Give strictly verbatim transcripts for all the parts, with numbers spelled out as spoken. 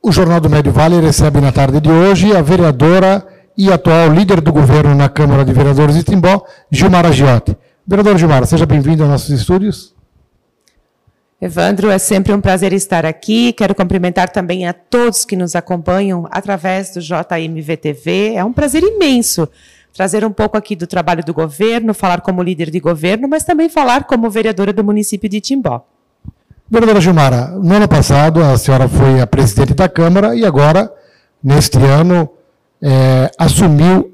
O Jornal do Médio Vale recebe na tarde de hoje a vereadora e atual líder do governo na Câmara de Vereadores de Timbó, Gilmara Giotti. Vereadora Gilmara, seja bem-vinda aos nossos estúdios. Evandro, é sempre um prazer estar aqui. Quero cumprimentar também a todos que nos acompanham através do J M V T V. É um prazer imenso trazer um pouco aqui do trabalho do governo, falar como líder de governo, mas também falar como vereadora do município de Timbó. Vereadora Gilmara, no ano passado a senhora foi a presidente da Câmara e agora, neste ano, é, assumiu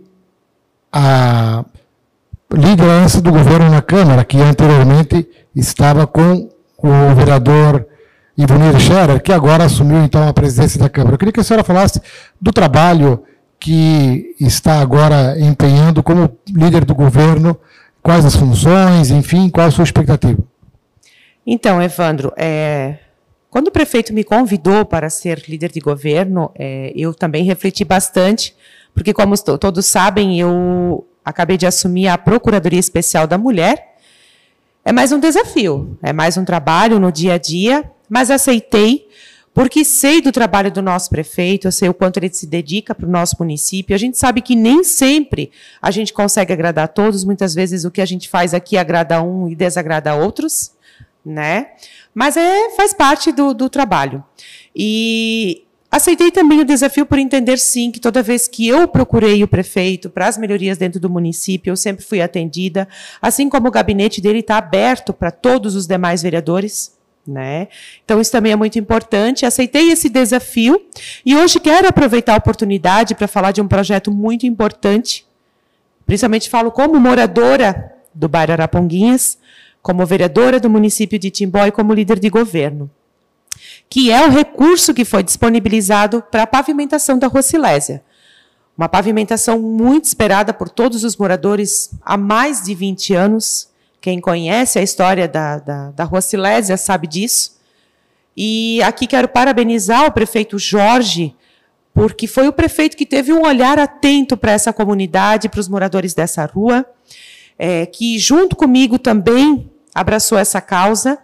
a liderança do governo na Câmara, que anteriormente estava com o vereador Ivonir Scherer, que agora assumiu então a presidência da Câmara. Eu queria que a senhora falasse do trabalho que está agora empenhando como líder do governo, quais as funções, enfim, qual a sua expectativa? Então, Evandro, é, quando o prefeito me convidou para ser líder de governo, é, eu também refleti bastante, porque, como todos sabem, eu acabei de assumir a Procuradoria Especial da Mulher. É mais um desafio, é mais um trabalho no dia a dia, mas aceitei, porque sei do trabalho do nosso prefeito, eu sei o quanto ele se dedica para o nosso município. A gente sabe que nem sempre a gente consegue agradar a todos, muitas vezes o que a gente faz aqui agrada a um e desagrada a outros, né? Mas é, faz parte do, do trabalho. E aceitei também o desafio por entender, sim, que toda vez que eu procurei o prefeito para as melhorias dentro do município, eu sempre fui atendida, assim como o gabinete dele está aberto para todos os demais vereadores, né? Então, isso também é muito importante. Aceitei esse desafio e hoje quero aproveitar a oportunidade para falar de um projeto muito importante, principalmente falo como moradora do bairro Araponguinhas, como vereadora do município de Timbó e como líder de governo, que é o recurso que foi disponibilizado para a pavimentação da Rua Silésia. Uma pavimentação muito esperada por todos os moradores há mais de vinte anos. Quem conhece a história da, da, da Rua Silésia sabe disso. E aqui quero parabenizar o prefeito Jorge, porque foi o prefeito que teve um olhar atento para essa comunidade, para os moradores dessa rua, é, que junto comigo também abraçou essa causa.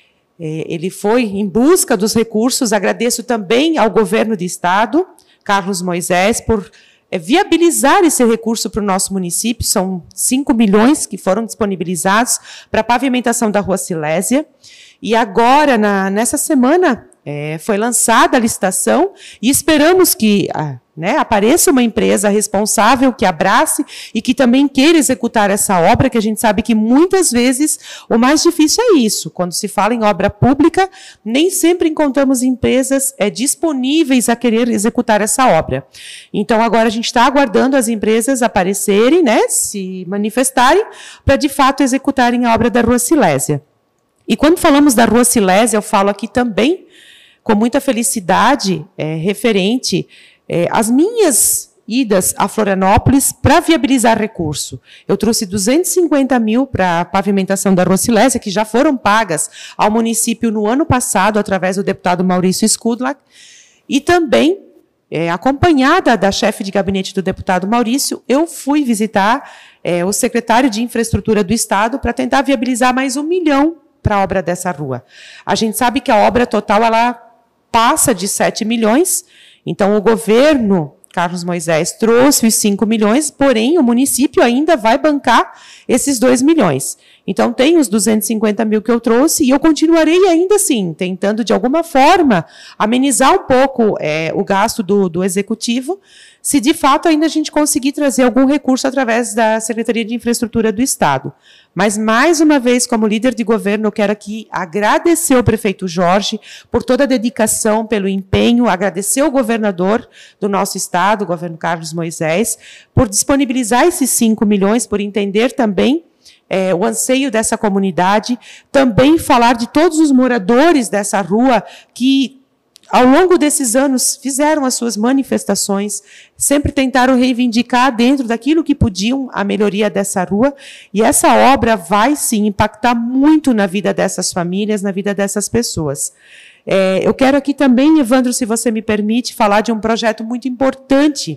Ele foi em busca dos recursos. Agradeço também ao governo do estado, Carlos Moisés, por viabilizar esse recurso para o nosso município. São cinco milhões que foram disponibilizados para a pavimentação da Rua Silésia. E agora, na, nessa semana, é, foi lançada a licitação e esperamos que ah, né, apareça uma empresa responsável que abrace e que também queira executar essa obra, que a gente sabe que muitas vezes o mais difícil é isso. Quando se fala em obra pública, nem sempre encontramos empresas é, disponíveis a querer executar essa obra. Então, agora a gente está aguardando as empresas aparecerem, né, se manifestarem, para de fato executarem a obra da Rua Silésia. E quando falamos da Rua Silésia, eu falo aqui também com muita felicidade é, referente é, às minhas idas a Florianópolis para viabilizar recurso. Eu trouxe duzentos e cinquenta mil para a pavimentação da Rua Silésia, que já foram pagas ao município no ano passado, através do deputado Maurício Skudlak, e também, é, acompanhada da chefe de gabinete do deputado Maurício, eu fui visitar é, o secretário de Infraestrutura do Estado para tentar viabilizar mais um milhão para a obra dessa rua. A gente sabe que a obra total ela passa de sete milhões, então o governo, Carlos Moisés, trouxe os cinco milhões, porém o município ainda vai bancar esses dois milhões. Então tem os duzentos e cinquenta mil que eu trouxe e eu continuarei ainda assim, tentando de alguma forma amenizar um pouco é, o gasto do, do executivo, se de fato ainda a gente conseguir trazer algum recurso através da Secretaria de Infraestrutura do Estado. Mas, mais uma vez, como líder de governo, eu quero aqui agradecer ao prefeito Jorge por toda a dedicação, pelo empenho, agradecer ao governador do nosso estado, o governo Carlos Moisés, por disponibilizar esses cinco milhões, por entender também é, o anseio dessa comunidade, também falar de todos os moradores dessa rua que, ao longo desses anos, fizeram as suas manifestações, sempre tentaram reivindicar dentro daquilo que podiam a melhoria dessa rua, e essa obra vai, sim, impactar muito na vida dessas famílias, na vida dessas pessoas. É, eu quero aqui também, Evandro, se você me permite, falar de um projeto muito importante,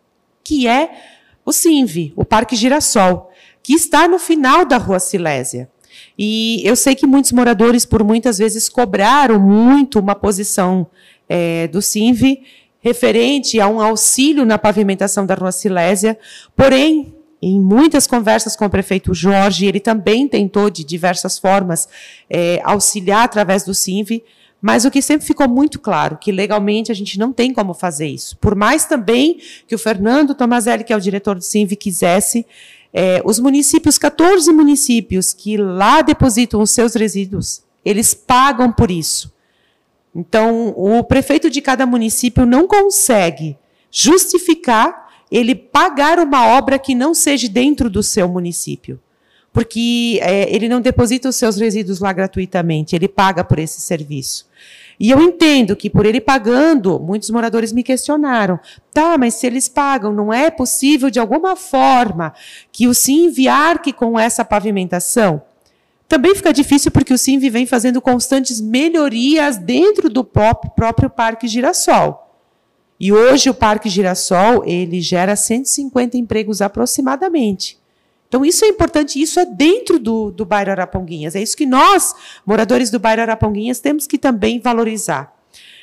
que é o SINV, o Parque Girassol, que está no final da Rua Silésia. E eu sei que muitos moradores, por muitas vezes, cobraram muito uma posição é, do SINV, referente a um auxílio na pavimentação da Rua Silésia, porém, em muitas conversas com o prefeito Jorge, ele também tentou, de diversas formas, é, auxiliar através do SINV, mas o que sempre ficou muito claro, que legalmente a gente não tem como fazer isso. Por mais também que o Fernando Tomazelli, que é o diretor do SINV, quisesse, é, os municípios, quatorze municípios que lá depositam os seus resíduos, eles pagam por isso. Então, o prefeito de cada município não consegue justificar ele pagar uma obra que não seja dentro do seu município, porque é, ele não deposita os seus resíduos lá gratuitamente, ele paga por esse serviço. E eu entendo que, por ele pagando, muitos moradores me questionaram, tá, mas se eles pagam, não é possível, de alguma forma, que o SINV arque com essa pavimentação? Também fica difícil porque o SINV vem fazendo constantes melhorias dentro do próprio Parque Girassol. E hoje o Parque Girassol, ele gera cento e cinquenta empregos aproximadamente. Então isso é importante, isso é dentro do, do bairro Araponguinhas. É isso que nós, moradores do bairro Araponguinhas, temos que também valorizar.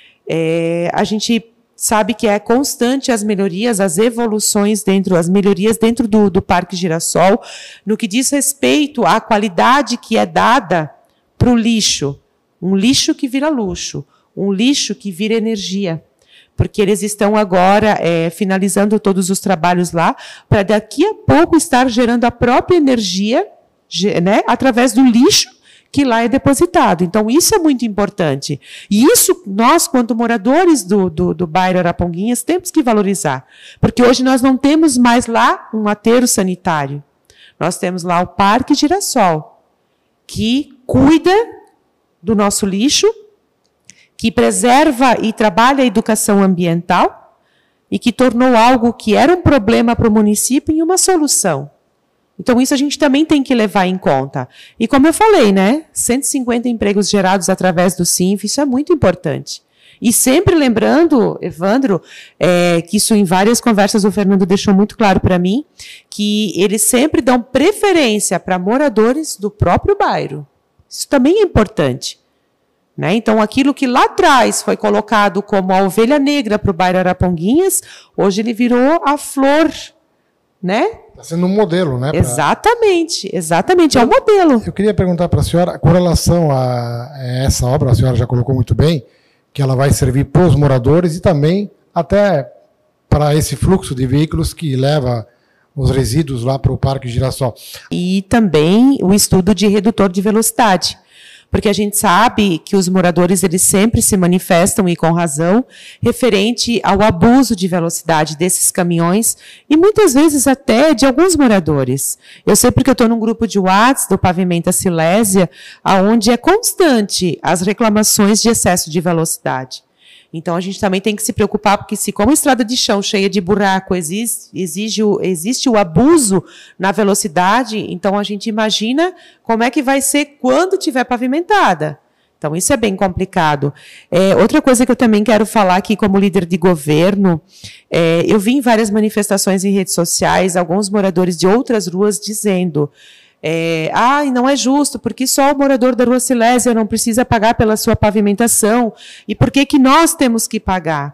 É, a gente sabe que é constante as melhorias, as evoluções dentro, as melhorias dentro do, do Parque Girassol, no que diz respeito à qualidade que é dada para o lixo. Um lixo que vira luxo, um lixo que vira energia. Porque eles estão agora é, finalizando todos os trabalhos lá, para daqui a pouco estar gerando a própria energia, né, através do lixo que lá é depositado. Então, isso é muito importante. E isso, nós, quanto moradores do, do, do bairro Araponguinhas, temos que valorizar. Porque hoje nós não temos mais lá um aterro sanitário. Nós temos lá o Parque Girassol, que cuida do nosso lixo, que preserva e trabalha a educação ambiental e que tornou algo que era um problema para o município em uma solução. Então, isso a gente também tem que levar em conta. E como eu falei, né, cento e cinquenta empregos gerados através do SINV, isso é muito importante. E sempre lembrando, Evandro, é, que isso em várias conversas o Fernando deixou muito claro para mim, que eles sempre dão preferência para moradores do próprio bairro. Isso também é importante. Né? Então, aquilo que lá atrás foi colocado como a ovelha negra para o bairro Araponguinhas, hoje ele virou a flor, né? Está sendo um modelo, né? Pra... Exatamente, exatamente, é um modelo. Eu queria perguntar para a senhora, com relação a essa obra, a senhora já colocou muito bem, que ela vai servir para os moradores e também até para esse fluxo de veículos que leva os resíduos lá para o Parque Girassol. E também o estudo de redutor de velocidade. Porque a gente sabe que os moradores eles sempre se manifestam, e com razão, referente ao abuso de velocidade desses caminhões, e muitas vezes até de alguns moradores. Eu sei porque eu estou num grupo de WhatsApp do Pavimenta Silésia, onde é constante as reclamações de excesso de velocidade. Então, a gente também tem que se preocupar, porque se como estrada de chão cheia de buraco existe, exige o, existe o abuso na velocidade, então a gente imagina como é que vai ser quando tiver pavimentada. Então, isso é bem complicado. É, outra coisa que eu também quero falar aqui como líder de governo, é, eu vi em várias manifestações em redes sociais, alguns moradores de outras ruas dizendo... É, ah, não é justo, porque só o morador da Rua Silésia não precisa pagar pela sua pavimentação, e por que que nós temos que pagar?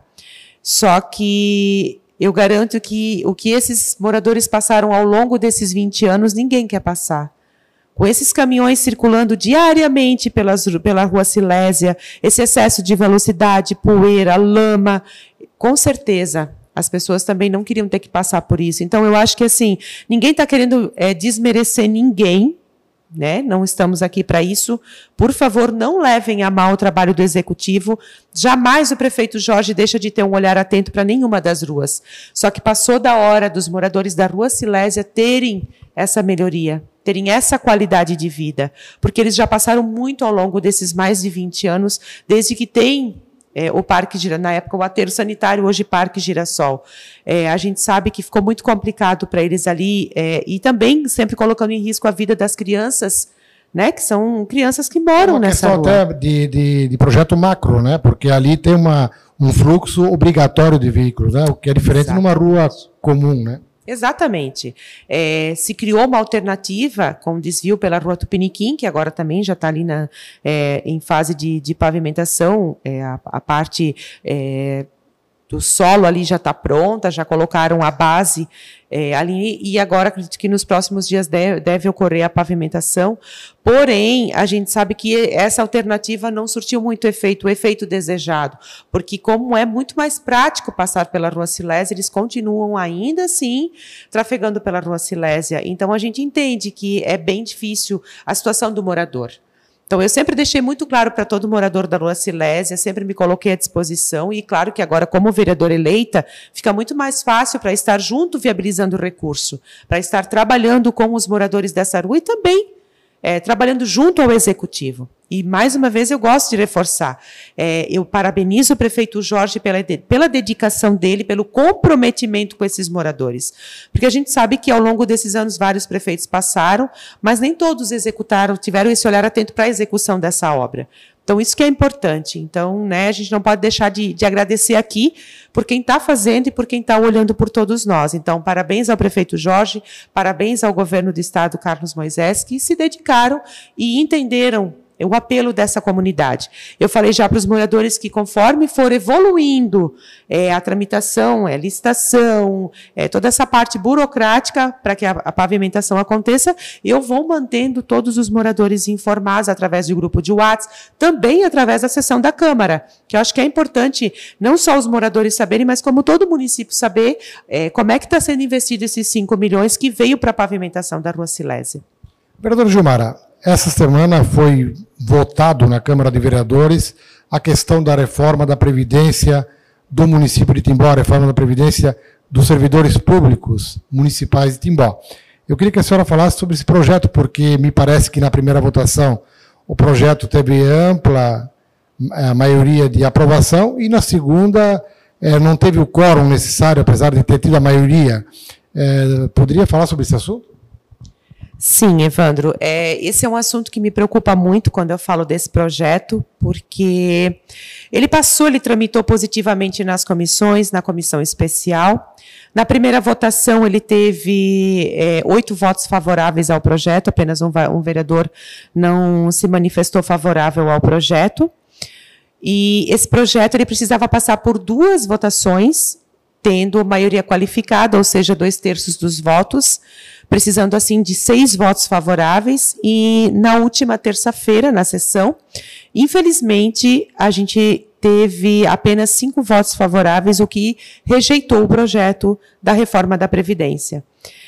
Só que eu garanto que o que esses moradores passaram ao longo desses vinte anos, ninguém quer passar. Com esses caminhões circulando diariamente pelas, pela Rua Silésia, esse excesso de velocidade, poeira, lama, com certeza... As pessoas também não queriam ter que passar por isso. Então, eu acho que, assim, ninguém está querendo é, desmerecer ninguém, né? Não estamos aqui para isso. Por favor, não levem a mal o trabalho do Executivo. Jamais o prefeito Jorge deixa de ter um olhar atento para nenhuma das ruas. Só que passou da hora dos moradores da Rua Silésia terem essa melhoria, terem essa qualidade de vida. Porque eles já passaram muito ao longo desses mais de vinte anos, desde que tem... É, o Parque Girassol, na época o aterro sanitário, hoje Parque Girassol. É, a gente sabe que ficou muito complicado para eles ali, é, e também sempre colocando em risco a vida das crianças, né, que são crianças que moram é uma nessa rua. Questão até de, de, de projeto macro, né, porque ali tem uma, um fluxo obrigatório de veículos, né, o que é diferente Exatamente. Numa rua comum, né? Exatamente. É, se criou uma alternativa com desvio pela Rua Tupiniquim, que agora também já está ali na, é, em fase de, de pavimentação, é, a, a parte é, do solo ali já está pronta, já colocaram a base é, ali, e agora acredito que nos próximos dias deve, deve ocorrer a pavimentação. Porém, a gente sabe que essa alternativa não surtiu muito efeito, o efeito desejado, porque como é muito mais prático passar pela Rua Silésia, eles continuam ainda assim trafegando pela Rua Silésia. Então, a gente entende que é bem difícil a situação do morador. Então, eu sempre deixei muito claro para todo morador da Rua Silésia, sempre me coloquei à disposição, e claro que agora, como vereadora eleita, fica muito mais fácil para estar junto viabilizando o recurso, para estar trabalhando com os moradores dessa rua e também é, trabalhando junto ao Executivo. E, mais uma vez, eu gosto de reforçar. É, eu parabenizo o prefeito Jorge pela, pela dedicação dele, pelo comprometimento com esses moradores. Porque a gente sabe que, ao longo desses anos, vários prefeitos passaram, mas nem todos executaram, tiveram esse olhar atento para a execução dessa obra. Então, isso que é importante. Então, né, a gente não pode deixar de, de agradecer aqui por quem está fazendo e por quem está olhando por todos nós. Então, parabéns ao prefeito Jorge, parabéns ao governo do Estado, Carlos Moisés, que se dedicaram e entenderam o apelo dessa comunidade. Eu falei já para os moradores que, conforme for evoluindo é, a tramitação, a licitação, é, toda essa parte burocrática para que a, a pavimentação aconteça, eu vou mantendo todos os moradores informados através do grupo de WhatsApp, também através da sessão da Câmara, que eu acho que é importante não só os moradores saberem, mas como todo o município saber é, como é que está sendo investido esses cinco milhões que veio para a pavimentação da Rua Silésia. Vereadora Gilmara, essa semana foi votado na Câmara de Vereadores a questão da reforma da Previdência do município de Timbó, a reforma da Previdência dos servidores públicos municipais de Timbó. Eu queria que a senhora falasse sobre esse projeto, porque me parece que na primeira votação o projeto teve ampla a maioria de aprovação e na segunda eh, não teve o quórum necessário, apesar de ter tido a maioria. Eh, poderia falar sobre esse assunto? Sim, Evandro, é, esse é um assunto que me preocupa muito quando eu falo desse projeto, porque ele passou, ele tramitou positivamente nas comissões, na comissão especial. Na primeira votação, ele teve é, oito votos favoráveis ao projeto, apenas um, um vereador não se manifestou favorável ao projeto. E esse projeto ele precisava passar por duas votações, tendo maioria qualificada, ou seja, dois terços dos votos, precisando, assim, de seis votos favoráveis, e na última terça-feira, na sessão, infelizmente, a gente teve apenas cinco votos favoráveis, o que rejeitou o projeto da reforma da Previdência.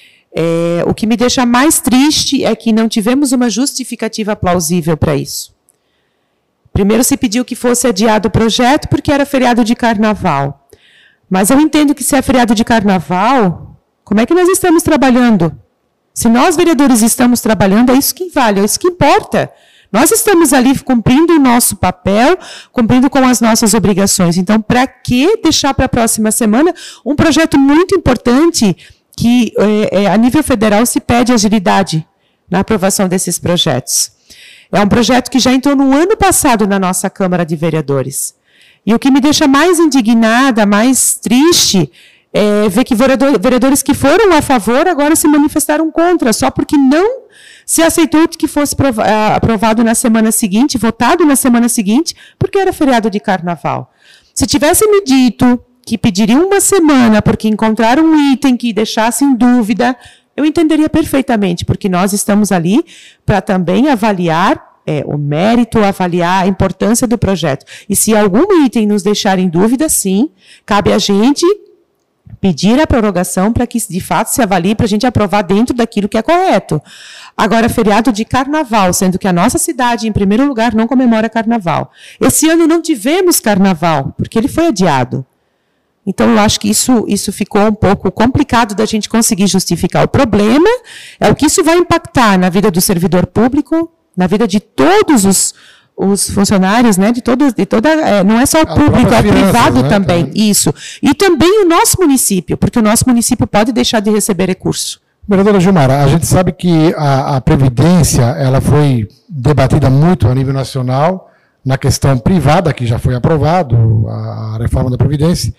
É, o que me deixa mais triste é que não tivemos uma justificativa plausível para isso. Primeiro se pediu que fosse adiado o projeto porque era feriado de carnaval. Mas eu entendo que se é feriado de carnaval, como é que nós estamos trabalhando? Se nós, vereadores, estamos trabalhando, é isso que vale, é isso que importa. Nós estamos ali cumprindo o nosso papel, cumprindo com as nossas obrigações. Então, para que deixar para a próxima semana um projeto muito importante que, é, é, a nível federal, se pede agilidade na aprovação desses projetos? É um projeto que já entrou no ano passado na nossa Câmara de Vereadores. E o que me deixa mais indignada, mais triste, é ver que vereadores que foram a favor agora se manifestaram contra, só porque não se aceitou que fosse aprovado na semana seguinte, votado na semana seguinte, porque era feriado de carnaval. Se tivesse me dito que pediriam uma semana porque encontraram um item que deixasse em dúvida, eu entenderia perfeitamente, porque nós estamos ali para também avaliar É, o mérito, avaliar a importância do projeto. E se algum item nos deixar em dúvida, sim, cabe a gente pedir a prorrogação para que, de fato, se avalie para a gente aprovar dentro daquilo que é correto. Agora, feriado de carnaval, sendo que a nossa cidade, em primeiro lugar, não comemora carnaval. Esse ano não tivemos carnaval, porque ele foi adiado. Então, eu acho que isso, isso ficou um pouco complicado da gente conseguir justificar. O problema é o que isso vai impactar na vida do servidor público, na vida de todos os, os funcionários, né, de todos, de toda, é, não é só o público, é privado, né, também, tá? Isso. E também o nosso município, porque o nosso município pode deixar de receber recurso. Vereadora Gilmara, a gente sabe que a, a Previdência, ela foi debatida muito a nível nacional, na questão privada, que já foi aprovado, a, a reforma da Previdência,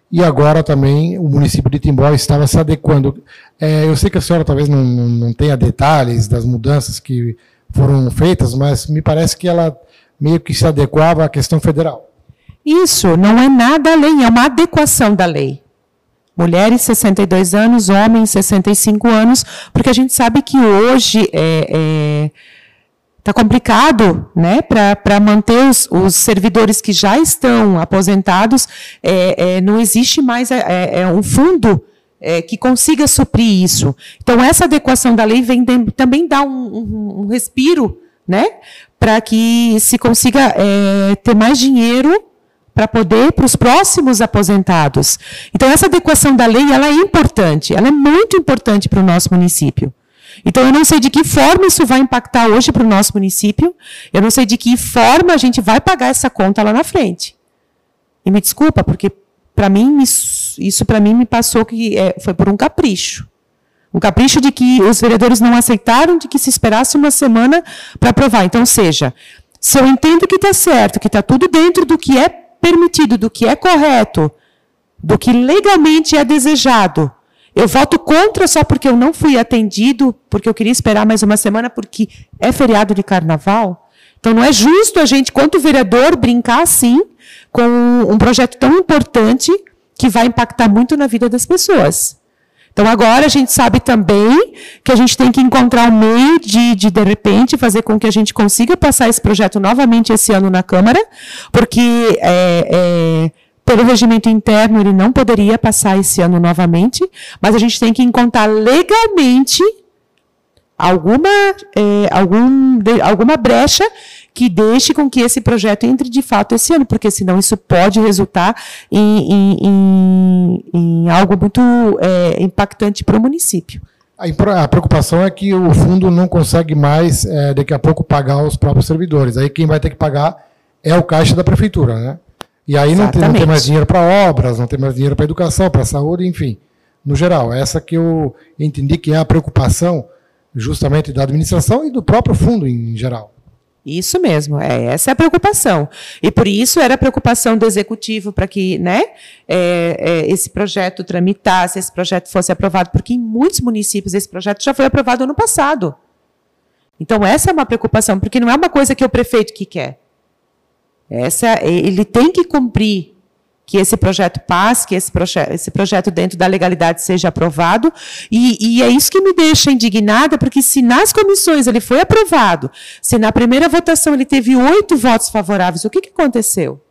e agora também o município de Timbó estava se adequando. É, eu sei que a senhora talvez não, não tenha detalhes das mudanças que foram feitas, mas me parece que ela meio que se adequava à questão federal. Isso, não é nada além, é uma adequação da lei. Mulheres, sessenta e dois anos, homens, sessenta e cinco anos, porque a gente sabe que hoje está é, é, complicado, né, para manter os, os servidores que já estão aposentados, é, é, não existe mais é, é, um fundo é, que consiga suprir isso. Então, essa adequação da lei vem de, também dá um, um, um respiro, né, para que se consiga é, ter mais dinheiro para poder, para os próximos aposentados. Então, essa adequação da lei, ela é importante, ela é muito importante para o nosso município. Então, eu não sei de que forma isso vai impactar hoje para o nosso município, eu não sei de que forma a gente vai pagar essa conta lá na frente. E me desculpa, porque, para mim, isso, isso para mim me passou que é, foi por um capricho. Um capricho de que os vereadores não aceitaram, de que se esperasse uma semana para aprovar. Então, seja, se eu entendo que está certo, que está tudo dentro do que é permitido, do que é correto, do que legalmente é desejado, eu voto contra só porque eu não fui atendido, porque eu queria esperar mais uma semana, porque é feriado de carnaval. Então, não é justo a gente, quanto vereador, brincar assim com um projeto tão importante que vai impactar muito na vida das pessoas. Então, agora a gente sabe também que a gente tem que encontrar um meio de, de, de repente, fazer com que a gente consiga passar esse projeto novamente esse ano na Câmara, porque, é, é, pelo regimento interno, ele não poderia passar esse ano novamente, mas a gente tem que encontrar legalmente alguma, é, algum, de, alguma brecha que deixe com que esse projeto entre de fato esse ano, porque senão isso pode resultar em, em, em, em algo muito é, impactante para o município. A preocupação é que o fundo não consegue mais, é, daqui a pouco, pagar os próprios servidores. Aí quem vai ter que pagar é o caixa da prefeitura, né? E aí não tem, não tem mais dinheiro para obras, não tem mais dinheiro para educação, para saúde, enfim. No geral, essa que eu entendi que é a preocupação justamente da administração e do próprio fundo em geral. Isso mesmo, é, essa é a preocupação. E por isso era a preocupação do executivo para que, né, é, é, esse projeto tramitasse, esse projeto fosse aprovado, porque em muitos municípios esse projeto já foi aprovado ano passado. Então, essa é uma preocupação, porque não é uma coisa que o prefeito que quer. Essa, ele tem que cumprir que esse projeto passe, que esse, proje esse projeto dentro da legalidade seja aprovado, e, e é isso que me deixa indignada, porque se nas comissões ele foi aprovado, se na primeira votação ele teve oito votos favoráveis, o que, que aconteceu?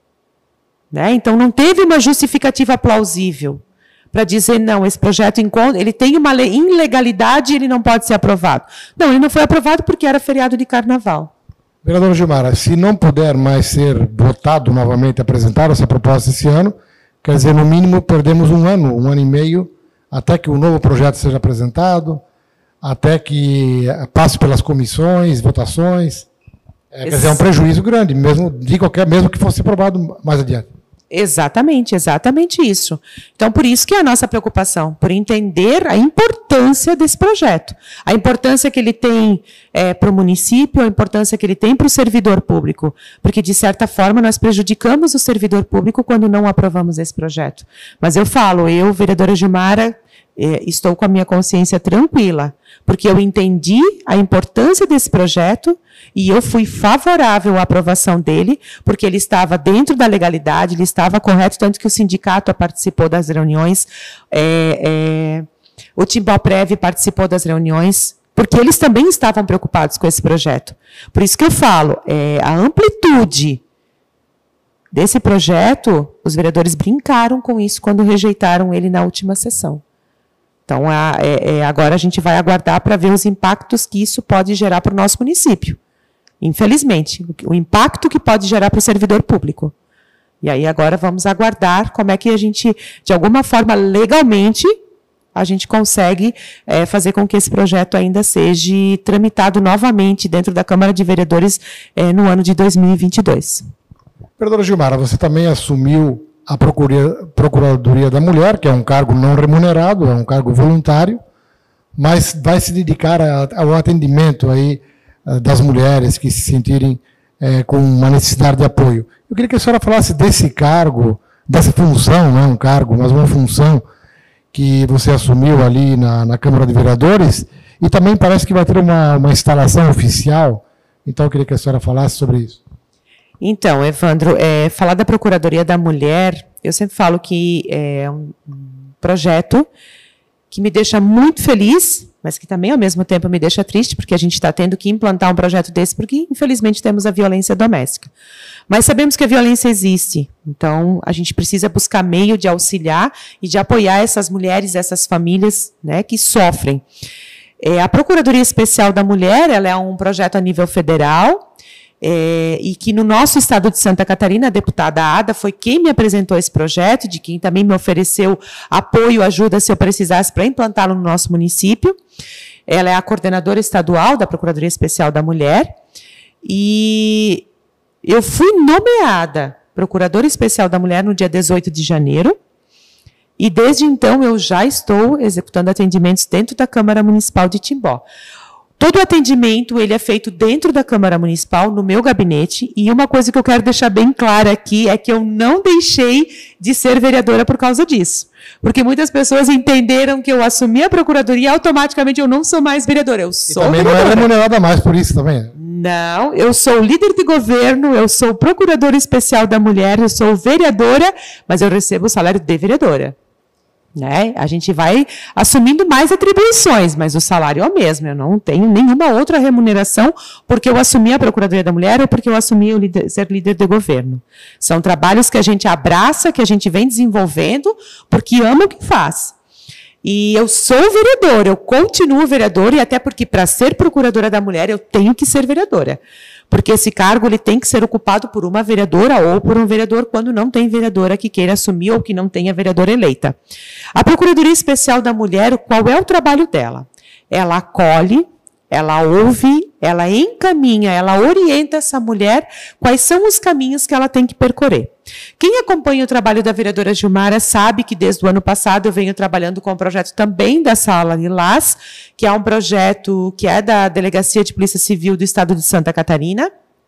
Né? Então, não teve uma justificativa plausível para dizer, não, esse projeto ele tem uma ilegalidade e ele não pode ser aprovado. Não, ele não foi aprovado porque era feriado de carnaval. Vereadora Gilmara, se não puder mais ser votado novamente, apresentar essa proposta esse ano, quer dizer, no mínimo, perdemos um ano, um ano e meio, até que o novo projeto seja apresentado, até que passe pelas comissões, votações. É, quer dizer, é um prejuízo grande, mesmo, de qualquer, mesmo que fosse aprovado mais adiante. Exatamente, exatamente isso. Então, por isso que é a nossa preocupação, por entender a importância desse projeto, a importância que ele tem é, para o município, a importância que ele tem para o servidor público, porque, de certa forma, nós prejudicamos o servidor público quando não aprovamos esse projeto. Mas eu falo, eu, vereadora Gilmara, é, estou com a minha consciência tranquila, porque eu entendi a importância desse projeto e eu fui favorável à aprovação dele, porque ele estava dentro da legalidade, ele estava correto, tanto que o sindicato participou das reuniões, é, é, o Timbó-Prev participou das reuniões, porque eles também estavam preocupados com esse projeto. Por isso que eu falo, é, a amplitude desse projeto, os vereadores brincaram com isso quando rejeitaram ele na última sessão. Então, a, é, é, agora a gente vai aguardar para ver os impactos que isso pode gerar para o nosso município. Infelizmente, o, o impacto que pode gerar para o servidor público. E aí agora vamos aguardar como é que a gente, de alguma forma, legalmente, a gente consegue é, fazer com que esse projeto ainda seja tramitado novamente dentro da Câmara de Vereadores é, no ano de dois mil e vinte e dois. Vereadora Gilmara, você também assumiu a Procuradoria da Mulher, que é um cargo não remunerado, é um cargo voluntário, mas vai se dedicar ao atendimento aí das mulheres que se sentirem é, com uma necessidade de apoio. Eu queria que a senhora falasse desse cargo, dessa função, não é um cargo, mas uma função que você assumiu ali na, na Câmara de Vereadores, e também parece que vai ter uma, uma instalação oficial, então eu queria que a senhora falasse sobre isso. Então, Evandro, é, falar da Procuradoria da Mulher, eu sempre falo que é um projeto que me deixa muito feliz, mas que também, ao mesmo tempo, me deixa triste, porque a gente está tendo que implantar um projeto desse, porque, infelizmente, temos a violência doméstica. Mas sabemos que a violência existe, então a gente precisa buscar meio de auxiliar e de apoiar essas mulheres, essas famílias, né, que sofrem. É, a Procuradoria Especial da Mulher, ela é um projeto a nível federal, É, e que no nosso estado de Santa Catarina, a deputada Ada foi quem me apresentou esse projeto, de quem também me ofereceu apoio, ajuda, se eu precisasse, para implantá-lo no nosso município. Ela é a coordenadora estadual da Procuradoria Especial da Mulher, e eu fui nomeada Procuradora Especial da Mulher no dia dezoito de janeiro, e desde então eu já estou executando atendimentos dentro da Câmara Municipal de Timbó. Todo o atendimento ele é feito dentro da Câmara Municipal, no meu gabinete, e uma coisa que eu quero deixar bem clara aqui é que eu não deixei de ser vereadora por causa disso. Porque muitas pessoas entenderam que eu assumi a procuradoria e automaticamente eu não sou mais vereadora, eu sou e também vereadora. Não é remunerada mais por isso também? Não, eu sou líder de governo, eu sou procuradora especial da mulher, eu sou vereadora, mas eu recebo o salário de vereadora. Né? A gente vai assumindo mais atribuições, mas o salário é o mesmo. Eu não tenho nenhuma outra remuneração porque eu assumi a Procuradoria da Mulher ou porque eu assumi o líder, ser líder de governo. São trabalhos que a gente abraça, que a gente vem desenvolvendo, porque ama o que faz. E eu sou vereadora, eu continuo vereadora, e até porque para ser Procuradora da Mulher eu tenho que ser vereadora. Porque esse cargo ele tem que ser ocupado por uma vereadora ou por um vereador quando não tem vereadora que queira assumir ou que não tenha vereadora eleita. A Procuradoria Especial da Mulher, qual é o trabalho dela? Ela acolhe, ela ouve, ela encaminha, ela orienta essa mulher quais são os caminhos que ela tem que percorrer. Quem acompanha o trabalho da vereadora Gilmara sabe que desde o ano passado eu venho trabalhando com um projeto também da Sala Lilás, que é um projeto que é da Delegacia de Polícia Civil do Estado de Santa Catarina,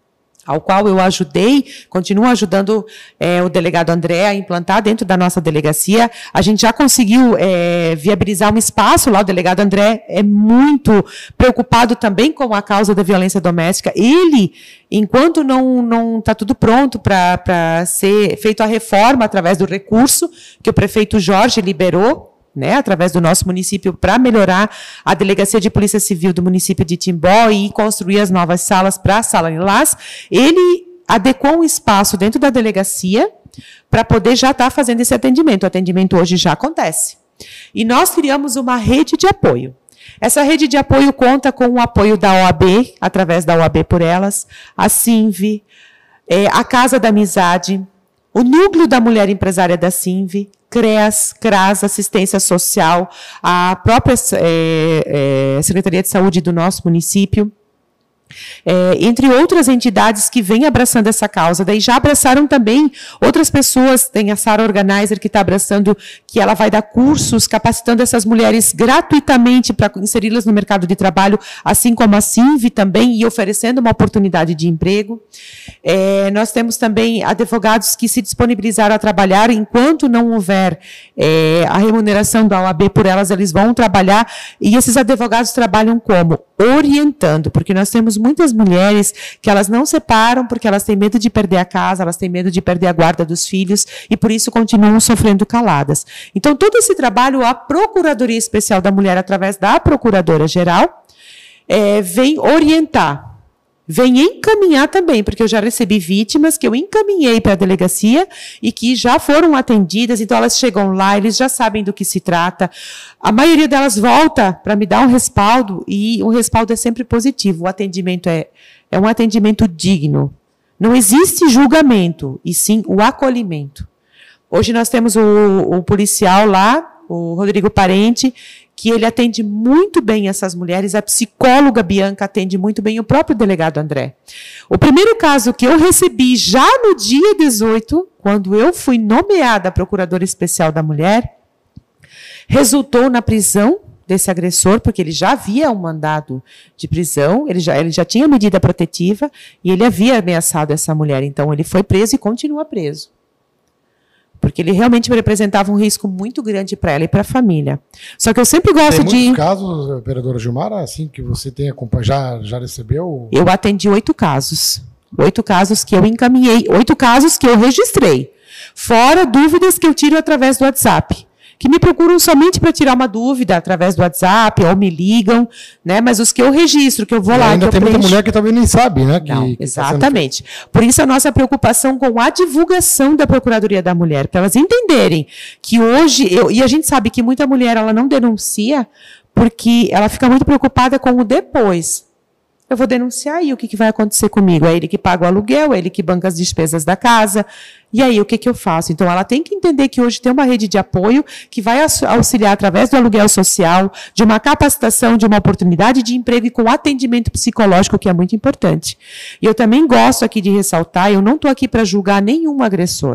ao qual eu ajudei, continuo ajudando é, o delegado André a implantar dentro da nossa delegacia. A gente já conseguiu é, viabilizar um espaço lá, o delegado André é muito preocupado também com a causa da violência doméstica. Ele, enquanto não está tudo pronto para ser feita a reforma através do recurso que o prefeito Jorge liberou, né, através do nosso município, para melhorar a Delegacia de Polícia Civil do município de Timbó e construir as novas salas para a Sala Lilás, ele adequou um espaço dentro da delegacia para poder já estar tá fazendo esse atendimento. O atendimento hoje já acontece. E nós criamos uma rede de apoio. Essa rede de apoio conta com o apoio da O A B, através da O A B por Elas, a Sinve, é, a Casa da Amizade, o Núcleo da Mulher Empresária da Sinve, CREAS, CRAS, Assistência Social, a própria é, é, Secretaria de Saúde do nosso município, é, entre outras entidades que vêm abraçando essa causa. Daí já abraçaram também outras pessoas, tem a Sara Organizer que está abraçando, que ela vai dar cursos, capacitando essas mulheres gratuitamente para inseri-las no mercado de trabalho, assim como a Sinve também, e oferecendo uma oportunidade de emprego. É, nós temos também advogados que se disponibilizaram a trabalhar, enquanto não houver é, a remuneração da O A B por elas, eles vão trabalhar, e esses advogados trabalham como? Orientando, porque nós temos muitas mulheres que elas não separam porque elas têm medo de perder a casa, elas têm medo de perder a guarda dos filhos e por isso continuam sofrendo caladas. Então, todo esse trabalho, a Procuradoria Especial da Mulher, através da Procuradora-Geral, é, vem orientar, vem encaminhar também, porque eu já recebi vítimas que eu encaminhei para a delegacia e que já foram atendidas, então elas chegam lá, eles já sabem do que se trata. A maioria delas volta para me dar um respaldo, e o respaldo é sempre positivo. O atendimento é, é um atendimento digno. Não existe julgamento, e sim o acolhimento. Hoje nós temos o, o policial lá, o Rodrigo Parente, que ele atende muito bem essas mulheres, a psicóloga Bianca atende muito bem, o próprio delegado André. O primeiro caso que eu recebi já no dia dezoito, quando eu fui nomeada Procuradora Especial da Mulher, resultou na prisão desse agressor, porque ele já havia um mandado de prisão, ele já, ele já tinha medida protetiva, e ele havia ameaçado essa mulher, então ele foi preso e continua preso. porque ele realmente representava um risco muito grande para ela e para a família. Só que eu sempre gosto de... Tem muitos casos, vereadora Gilmara, assim, que você tem acompanhado, já, já recebeu? Eu atendi oito casos. Oito casos que eu encaminhei, oito casos que eu registrei. Fora dúvidas que eu tiro através do WhatsApp. Que me procuram somente para tirar uma dúvida através do WhatsApp, ou me ligam, né? Mas os que eu registro, que eu vou e lá... ainda que tem eu muita preencho... mulher que também nem sabe, né? Que, Não, que exatamente. Tá sendo... Por isso a nossa preocupação com a divulgação da Procuradoria da Mulher, para elas entenderem que hoje... Eu... E a gente sabe que muita mulher ela não denuncia porque ela fica muito preocupada com o depois. Eu vou denunciar e o que, que vai acontecer comigo? É ele que paga o aluguel, é ele que banca as despesas da casa. E aí, o que, que eu faço? Então, ela tem que entender que hoje tem uma rede de apoio que vai auxiliar através do aluguel social, de uma capacitação, de uma oportunidade de emprego e com atendimento psicológico, que é muito importante. E eu também gosto aqui de ressaltar, eu não estou aqui para julgar nenhum agressor.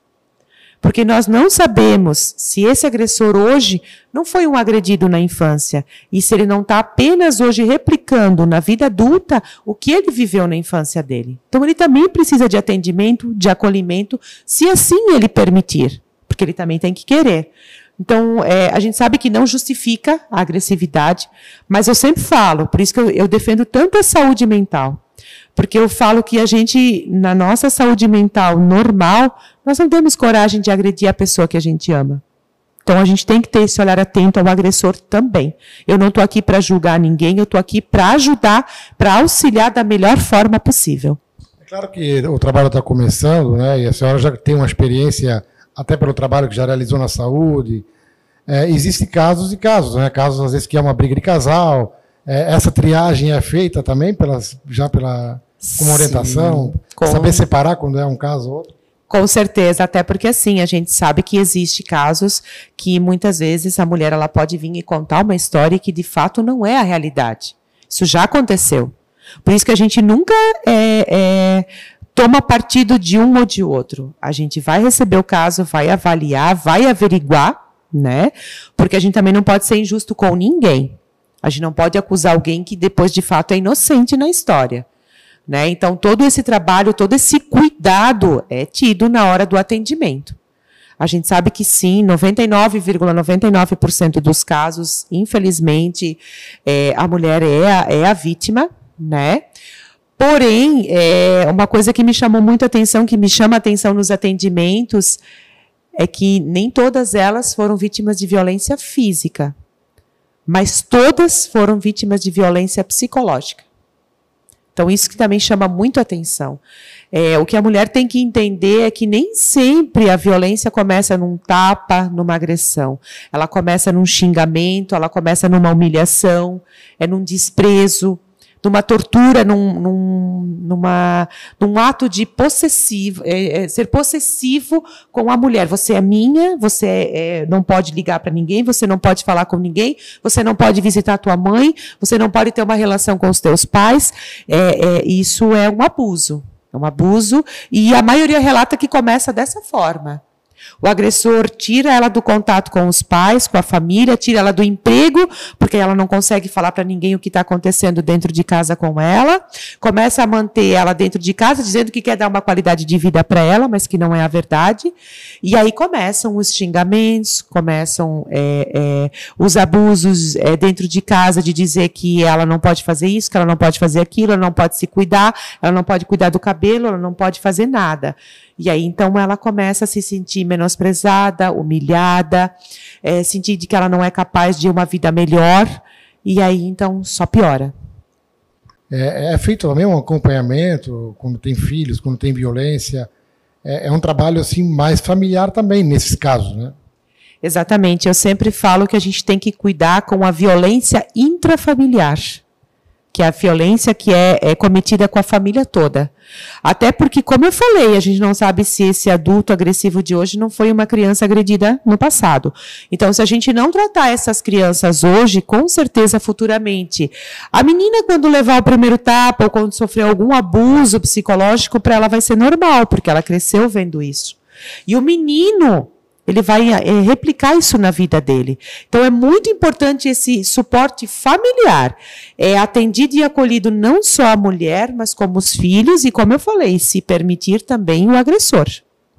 Porque nós não sabemos se esse agressor hoje não foi um agredido na infância e se ele não está apenas hoje replicando na vida adulta o que ele viveu na infância dele. Então, ele também precisa de atendimento, de acolhimento, se assim ele permitir, porque ele também tem que querer. Então, é, a gente sabe que não justifica a agressividade, mas eu sempre falo, por isso que eu, eu defendo tanto a saúde mental. Porque eu falo que a gente, na nossa saúde mental normal, nós não temos coragem de agredir a pessoa que a gente ama. Então, a gente tem que ter esse olhar atento ao agressor também. Eu não estou aqui para julgar ninguém, eu estou aqui para ajudar, para auxiliar da melhor forma possível. É claro que o trabalho está começando, né? E a senhora já tem uma experiência, até pelo trabalho que já realizou na saúde. É, existem casos e casos, né? Casos, às vezes, que é uma briga de casal. É, essa triagem é feita também pelas, já pela, com uma orientação? Sim, com... Saber separar quando é um caso ou outro? Com certeza, até porque assim, a gente sabe que existe casos que muitas vezes a mulher ela pode vir e contar uma história que de fato não é a realidade. Isso já aconteceu. Por isso que a gente nunca é, é, toma partido de um ou de outro. A gente vai receber o caso, vai avaliar, vai averiguar, né? Porque a gente também não pode ser injusto com ninguém. A gente não pode acusar alguém que depois de fato é inocente na história. Né? Então, todo esse trabalho, todo esse cuidado é tido na hora do atendimento. A gente sabe que sim, noventa e nove vírgula noventa e nove por cento dos casos, infelizmente, é, a mulher é a, é a vítima, né? Porém, é, uma coisa que me chamou muito a atenção, que me chama a atenção nos atendimentos, é que nem todas elas foram vítimas de violência física, mas todas foram vítimas de violência psicológica. Então, isso que também chama muito a atenção. É, o que a mulher tem que entender é que nem sempre a violência começa num tapa, numa agressão. Ela começa num xingamento, ela começa numa humilhação, é num desprezo, numa tortura, num, num, numa, num ato de possessivo, é, é, ser possessivo com a mulher. Você é minha, você é, não pode ligar para ninguém, você não pode falar com ninguém, você não pode visitar a tua mãe, você não pode ter uma relação com os teus pais. É, é, isso é um abuso. É um abuso e a maioria relata que começa dessa forma. O agressor tira ela do contato com os pais, com a família, tira ela do emprego, porque ela não consegue falar para ninguém o que está acontecendo dentro de casa com ela. Começa a manter ela dentro de casa, dizendo que quer dar uma qualidade de vida para ela, mas que não é a verdade. E aí começam os xingamentos, começam é, é, os abusos é, dentro de casa, de dizer que ela não pode fazer isso, que ela não pode fazer aquilo, ela não pode se cuidar, ela não pode cuidar do cabelo, ela não pode fazer nada. E aí, então, ela começa a se sentir menosprezada, humilhada, é, sentir de que ela não é capaz de uma vida melhor, e aí, então, só piora. É, é feito também um acompanhamento, quando tem filhos, quando tem violência, é, é um trabalho assim, mais familiar também, nesses casos, né? Exatamente, eu sempre falo que a gente tem que cuidar com a violência intrafamiliar, que é a violência que é, é cometida com a família toda. Até porque, como eu falei, a gente não sabe se esse adulto agressivo de hoje não foi uma criança agredida no passado. Então, se a gente não tratar essas crianças hoje, com certeza, futuramente, a menina, quando levar o primeiro tapa ou quando sofrer algum abuso psicológico, para ela vai ser normal, porque ela cresceu vendo isso. E o menino, ele vai é, replicar isso na vida dele. Então, é muito importante esse suporte familiar. É atendido e acolhido não só a mulher, mas como os filhos e, como eu falei, se permitir também o agressor.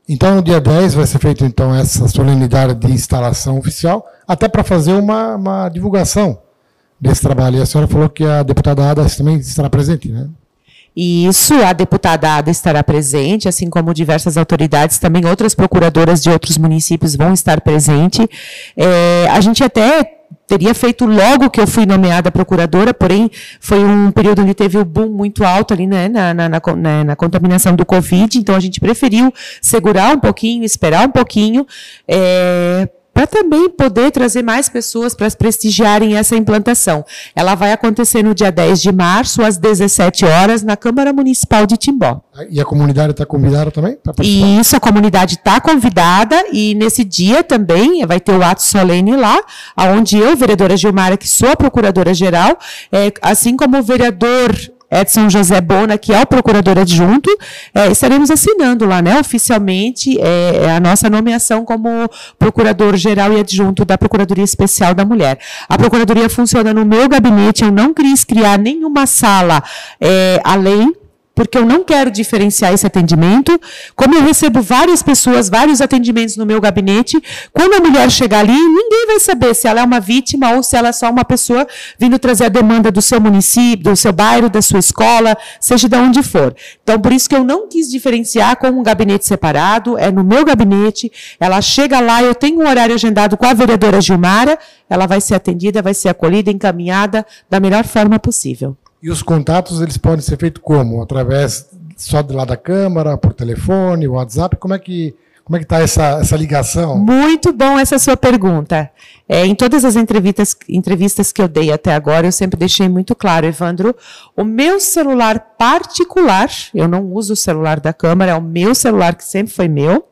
Então, no dia dez vai ser feita então essa solenidade de instalação oficial, até para fazer uma, uma divulgação desse trabalho. E a senhora falou que a deputada Ada também estará presente, né? Isso, a deputada Ada estará presente, assim como diversas autoridades, também outras procuradoras de outros municípios vão estar presentes. É, a gente até teria feito logo que eu fui nomeada procuradora, porém foi um período onde teve o boom muito alto ali, né, na, na, na, na contaminação do Covid, então a gente preferiu segurar um pouquinho, esperar um pouquinho, é, para também poder trazer mais pessoas para prestigiarem essa implantação. Ela vai acontecer no dia dez de março, às dezessete horas, na Câmara Municipal de Timbó. E a comunidade está convidada também? Isso, a comunidade está convidada, e nesse dia também vai ter o ato solene lá, onde eu, vereadora Gilmara, que sou a procuradora-geral, é, assim como o vereador Edson José Bona, que é o procurador adjunto, é, estaremos assinando lá, né, oficialmente, é, a nossa nomeação como procurador-geral e adjunto da Procuradoria Especial da Mulher. A Procuradoria funciona no meu gabinete, eu não quis criar nenhuma sala é, além, porque eu não quero diferenciar esse atendimento. Como eu recebo várias pessoas, vários atendimentos no meu gabinete, quando a mulher chegar ali, ninguém vai saber se ela é uma vítima ou se ela é só uma pessoa vindo trazer a demanda do seu município, do seu bairro, da sua escola, seja de onde for. Então, por isso que eu não quis diferenciar com um gabinete separado, é no meu gabinete, ela chega lá, eu tenho um horário agendado com a vereadora Gilmara, ela vai ser atendida, vai ser acolhida, encaminhada da melhor forma possível. E os contatos, eles podem ser feitos como? Através só de lá da Câmara, por telefone, WhatsApp? Como é que como é que está essa, essa ligação? Muito bom essa sua pergunta. É, em todas as entrevistas, entrevistas que eu dei até agora, eu sempre deixei muito claro, Evandro, o meu celular particular, eu não uso o celular da Câmara, é o meu celular que sempre foi meu,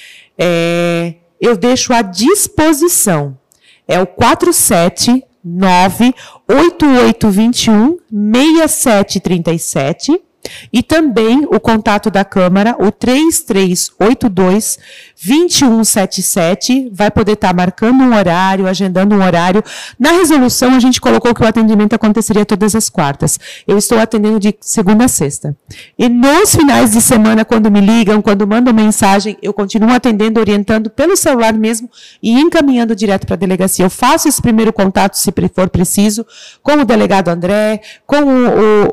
é, eu deixo à disposição. É o quatro sete nove oito oito dois um seis sete três sete e também o contato da Câmara, o três três oito dois dois um sete sete, vai poder estar marcando um horário, agendando um horário. Na resolução, a gente colocou que o atendimento aconteceria todas as quartas. Eu estou atendendo de segunda a sexta. E nos finais de semana, quando me ligam, quando mandam mensagem, eu continuo atendendo, orientando pelo celular mesmo e encaminhando direto para a delegacia. Eu faço esse primeiro contato, se for preciso, com o delegado André, com o...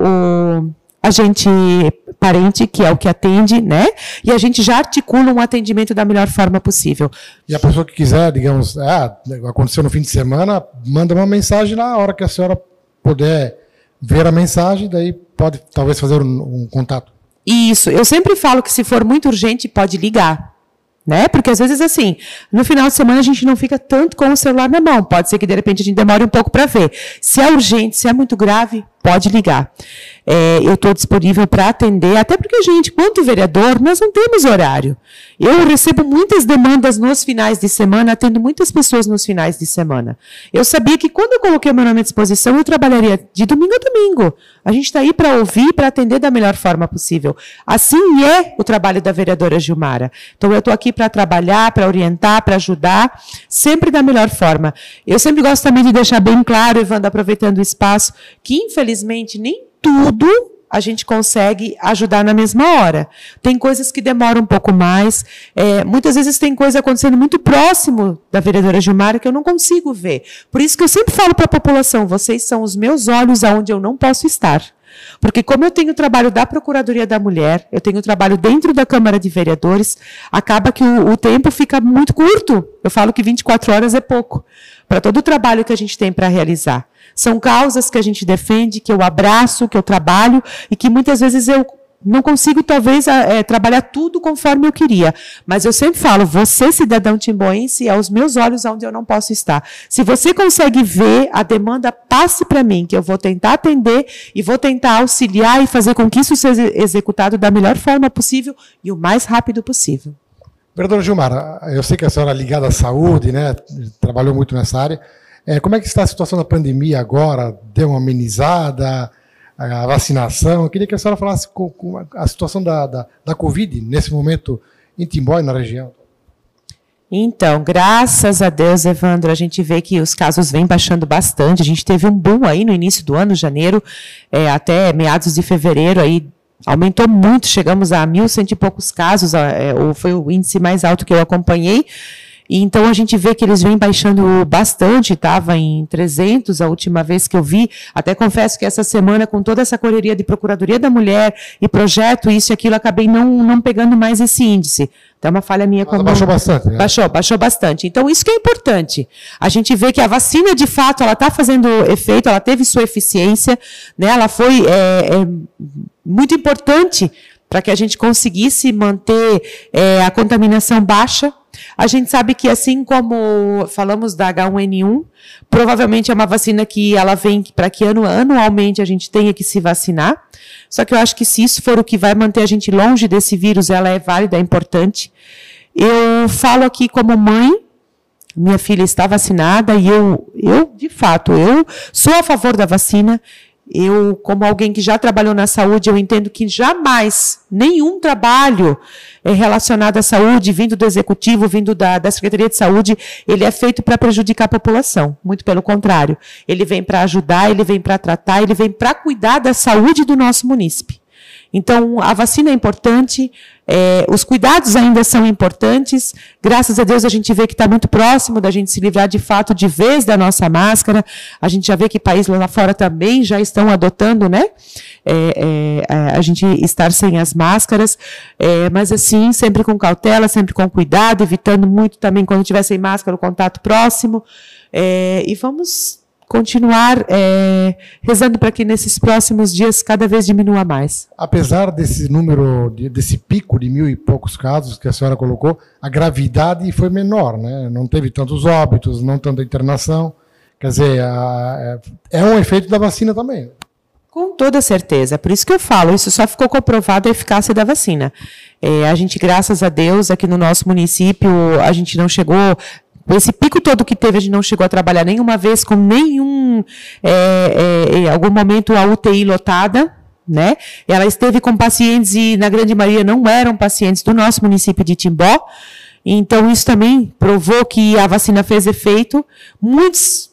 o, o agente parente, que é o que atende, né? E a gente já articula um atendimento da melhor forma possível. E a pessoa que quiser, digamos, ah, aconteceu no fim de semana, manda uma mensagem na hora que a senhora puder ver a mensagem, daí pode talvez fazer um, um contato. Isso, eu sempre falo que se for muito urgente, pode ligar. Né? Porque às vezes, assim, no final de semana a gente não fica tanto com o celular na mão. Pode ser que de repente a gente demore um pouco para ver. Se é urgente, se é muito grave, pode ligar. É, eu estou disponível para atender, até porque, gente, quanto vereador, nós não temos horário. Eu recebo muitas demandas nos finais de semana, atendo muitas pessoas nos finais de semana. Eu sabia que quando eu coloquei o meu nome à disposição, eu trabalharia de domingo a domingo. A gente está aí para ouvir, para atender da melhor forma possível. Assim é o trabalho da vereadora Gilmara. Então, eu estou aqui para trabalhar, para orientar, para ajudar, sempre da melhor forma. Eu sempre gosto também de deixar bem claro, Evandro, aproveitando o espaço, que, infelizmente, nem tudo a gente consegue ajudar na mesma hora. Tem coisas que demoram um pouco mais. É, muitas vezes tem coisa acontecendo muito próximo da vereadora Gilmara que eu não consigo ver. Por isso que eu sempre falo para a população, vocês são os meus olhos aonde eu não posso estar. Porque como eu tenho o trabalho da Procuradoria da Mulher, eu tenho o trabalho dentro da Câmara de Vereadores, acaba que o, o tempo fica muito curto. Eu falo que vinte e quatro horas é pouco para todo o trabalho que a gente tem para realizar. São causas que a gente defende, que eu abraço, que eu trabalho e que muitas vezes eu não consigo, talvez, é, trabalhar tudo conforme eu queria. Mas eu sempre falo, você, cidadão timboense, é aos meus olhos onde eu não posso estar. Se você consegue ver a demanda, passe para mim, que eu vou tentar atender e vou tentar auxiliar e fazer com que isso seja executado da melhor forma possível e o mais rápido possível. Vereadora Gilmara, eu sei que a senhora é ligada à saúde, né? Trabalhou muito nessa área. É, como é que está a situação da pandemia agora? Deu uma amenizada? A vacinação? Eu queria que a senhora falasse com, com a situação da, da, da Covid, nesse momento, em Timbó e na região. Então, graças a Deus, Evandro, a gente vê que os casos vêm baixando bastante. A gente teve um boom aí no início do ano, janeiro, é, até meados de fevereiro, aí Aumentou muito, chegamos a mil cento e poucos casos, é, foi o índice mais alto que eu acompanhei. E então a gente vê que eles vêm baixando bastante, estava em trezentos a última vez que eu vi. Até confesso que essa semana, com toda essa correria de Procuradoria da Mulher e projeto, isso e aquilo, acabei não, não pegando mais esse índice. Então é uma falha minha. Como... Baixou bastante, né? Baixou, baixou bastante. Então isso que é importante. A gente vê que a vacina, de fato, ela está fazendo efeito, ela teve sua eficiência, né? Ela foi é, é, muito importante para que a gente conseguisse manter é, a contaminação baixa. A gente sabe que, assim como falamos da H um N um, provavelmente é uma vacina que ela vem para que anu, anualmente a gente tenha que se vacinar. Só que eu acho que se isso for o que vai manter a gente longe desse vírus, ela é válida, é importante. Eu falo aqui como mãe, minha filha está vacinada e eu, eu de fato, eu sou a favor da vacina. Eu, como alguém que já trabalhou na saúde, eu entendo que jamais nenhum trabalho relacionado à saúde, vindo do executivo, vindo da, da Secretaria de Saúde, ele é feito para prejudicar a população. Muito pelo contrário. Ele vem para ajudar, ele vem para tratar, ele vem para cuidar da saúde do nosso munícipe. Então, a vacina é importante, é, os cuidados ainda são importantes. Graças a Deus, a gente vê que está muito próximo da gente se livrar de fato de vez da nossa máscara. A gente já vê que países lá fora também já estão adotando, né? É, é, a gente estar sem as máscaras, é, mas assim, sempre com cautela, sempre com cuidado, evitando muito também, quando tiver sem máscara, o contato próximo. É, e vamos continuar é, rezando para que nesses próximos dias cada vez diminua mais. Apesar desse número, de, desse pico de mil e poucos casos que a senhora colocou, a gravidade foi menor, né? Não teve tantos óbitos, não tanta internação. Quer dizer, a, é, é um efeito da vacina também. Com toda certeza. Por isso que eu falo, isso só ficou comprovado a eficácia da vacina. É, a gente, graças a Deus, aqui no nosso município, a gente não chegou... Esse pico todo que teve, a gente não chegou a trabalhar nenhuma vez com nenhum, é, é, em algum momento, a U T I lotada, né? Ela esteve com pacientes e, na grande maioria, não eram pacientes do nosso município de Timbó. Então, isso também provou que a vacina fez efeito. Muitos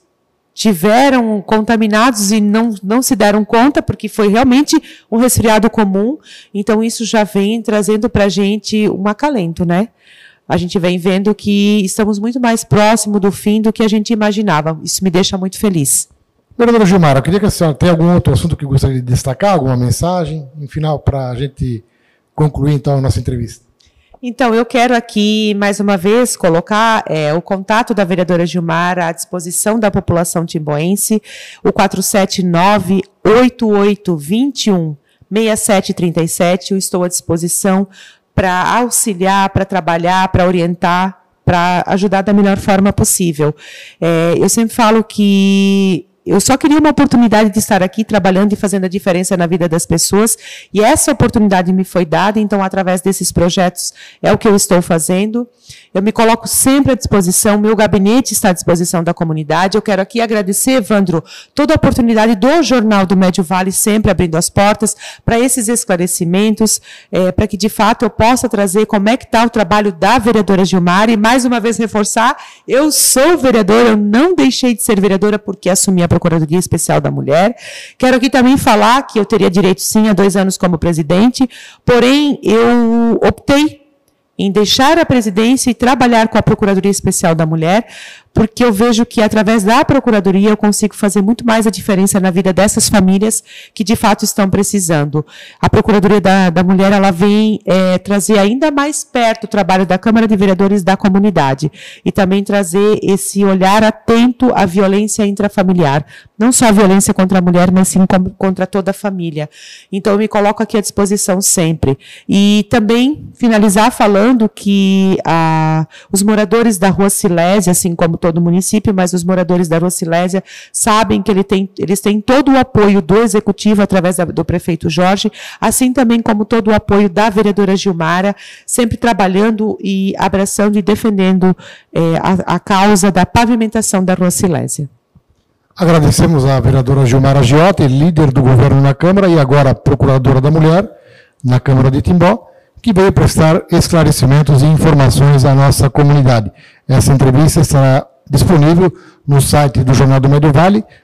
tiveram contaminados e não, não se deram conta, porque foi realmente um resfriado comum. Então, isso já vem trazendo para a gente um acalento, né? A gente vem vendo que estamos muito mais próximo do fim do que a gente imaginava. Isso me deixa muito feliz. Vereadora Gilmara, eu queria que a senhora tenha algum outro assunto que gostaria de destacar, alguma mensagem, em final, para a gente concluir, então, a nossa entrevista. Então, eu quero aqui, mais uma vez, colocar é, o contato da vereadora Gilmara à disposição da população timboense, o quatro sete nove, oito oito dois um, seis sete três sete. Eu estou à disposição para auxiliar, para trabalhar, para orientar, para ajudar da melhor forma possível. É, eu sempre falo que eu só queria uma oportunidade de estar aqui trabalhando e fazendo a diferença na vida das pessoas, e essa oportunidade me foi dada, então, através desses projetos, é o que eu estou fazendo. Eu me coloco sempre à disposição, meu gabinete está à disposição da comunidade. Eu quero aqui agradecer, Evandro, toda a oportunidade do Jornal do Médio Vale, sempre abrindo as portas para esses esclarecimentos, é, para que, de fato, eu possa trazer como é que está o trabalho da vereadora Gilmara, e, mais uma vez, reforçar, eu sou vereadora, eu não deixei de ser vereadora porque assumi a Procuradoria Especial da Mulher. Quero aqui também falar que eu teria direito, sim, a dois anos como presidente, porém, eu optei em deixar a presidência e trabalhar com a Procuradoria Especial da Mulher, porque eu vejo que, através da Procuradoria, eu consigo fazer muito mais a diferença na vida dessas famílias que, de fato, estão precisando. A Procuradoria da, da Mulher, ela vem é, trazer ainda mais perto o trabalho da Câmara de Vereadores da comunidade, e também trazer esse olhar atento à violência intrafamiliar. Não só a violência contra a mulher, mas sim contra toda a família. Então, eu me coloco aqui à disposição sempre. E também finalizar falando que a, os moradores da Rua Silésia, assim como todo o município, mas os moradores da Rua Silésia sabem que ele tem, eles têm todo o apoio do Executivo através da, do prefeito Jorge, assim também como todo o apoio da vereadora Gilmara, sempre trabalhando e abraçando e defendendo é, a, a causa da pavimentação da Rua Silésia. Agradecemos à vereadora Gilmara Giotti, líder do governo na Câmara e agora procuradora da Mulher na Câmara de Timbó, que veio prestar esclarecimentos e informações à nossa comunidade. Essa entrevista estará disponível no site do Jornal do Médio Vale,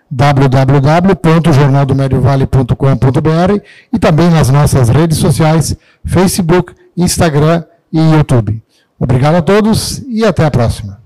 w w w ponto jornal do médio vale ponto com ponto b r e também nas nossas redes sociais, Facebook, Instagram e YouTube. Obrigado a todos e até a próxima.